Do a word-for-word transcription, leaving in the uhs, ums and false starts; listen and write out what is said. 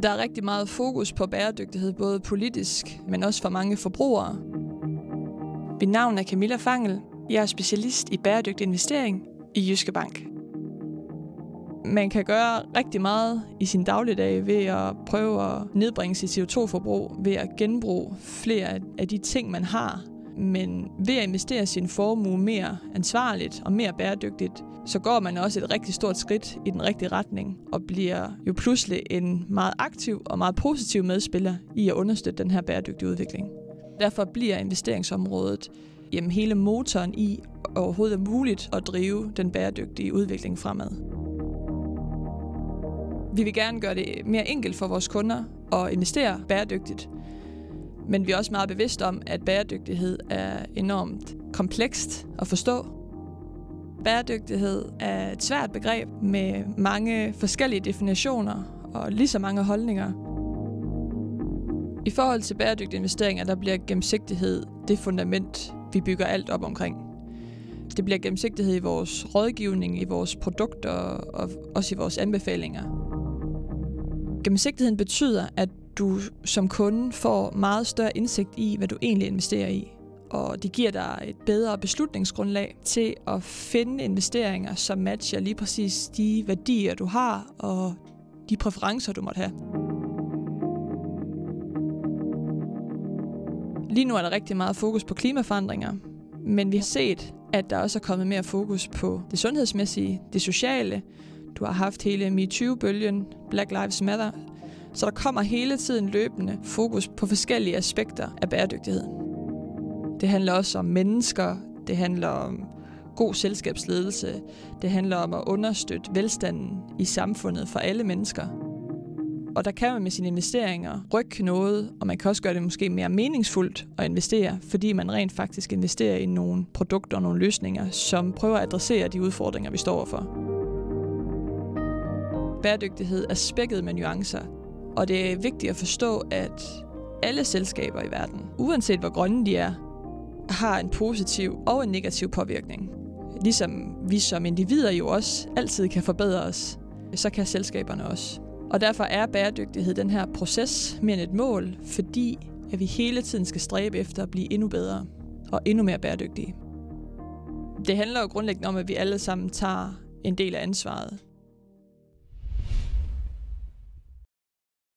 Der er rigtig meget fokus på bæredygtighed, både politisk, men også for mange forbrugere. Mit navn er Camilla Fangel. Jeg er specialist i bæredygtig investering i Jyske Bank. Man kan gøre rigtig meget i sin dagligdag ved at prøve at nedbringe sit C O to forbrug, ved at genbruge flere af de ting, man har. Men ved at investere sin formue mere ansvarligt og mere bæredygtigt, så går man også et rigtig stort skridt i den rigtige retning og bliver jo pludselig en meget aktiv og meget positiv medspiller i at understøtte den her bæredygtige udvikling. Derfor bliver investeringsområdet jamen, hele motoren i overhovedet er muligt at drive den bæredygtige udvikling fremad. Vi vil gerne gøre det mere enkelt for vores kunder at investere bæredygtigt, men vi er også meget bevidste om, at bæredygtighed er enormt komplekst at forstå. Bæredygtighed er et svært begreb med mange forskellige definitioner og lige så mange holdninger. I forhold til bæredygtige investeringer, der bliver gennemsigtighed det fundament, vi bygger alt op omkring. Det bliver gennemsigtighed i vores rådgivning, i vores produkter og også i vores anbefalinger. Gennemsigtigheden betyder, at du som kunde får meget større indsigt i, hvad du egentlig investerer i. Og det giver dig et bedre beslutningsgrundlag til at finde investeringer, som matcher lige præcis de værdier, du har og de præferencer, du måtte have. Lige nu er der rigtig meget fokus på klimaforandringer, men vi har set, at der også er kommet mere fokus på det sundhedsmæssige, det sociale. Du har haft hele MeToo-bølgen, Black Lives Matter, så der kommer hele tiden løbende fokus på forskellige aspekter af bæredygtigheden. Det handler også om mennesker, det handler om god selskabsledelse, det handler om at understøtte velstanden i samfundet for alle mennesker. Og der kan man med sine investeringer rykke noget, og man kan også gøre det måske mere meningsfuldt at investere, fordi man rent faktisk investerer i nogle produkter og nogle løsninger, som prøver at adressere de udfordringer, vi står overfor. Bæredygtighed er spækket med nuancer, og det er vigtigt at forstå, at alle selskaber i verden, uanset hvor grønne de er, har en positiv og en negativ påvirkning. Ligesom vi som individer jo også altid kan forbedre os, så kan selskaberne også. Og derfor er bæredygtighed den her proces mere end et mål, fordi at vi hele tiden skal stræbe efter at blive endnu bedre og endnu mere bæredygtige. Det handler jo grundlæggende om, at vi alle sammen tager en del af ansvaret.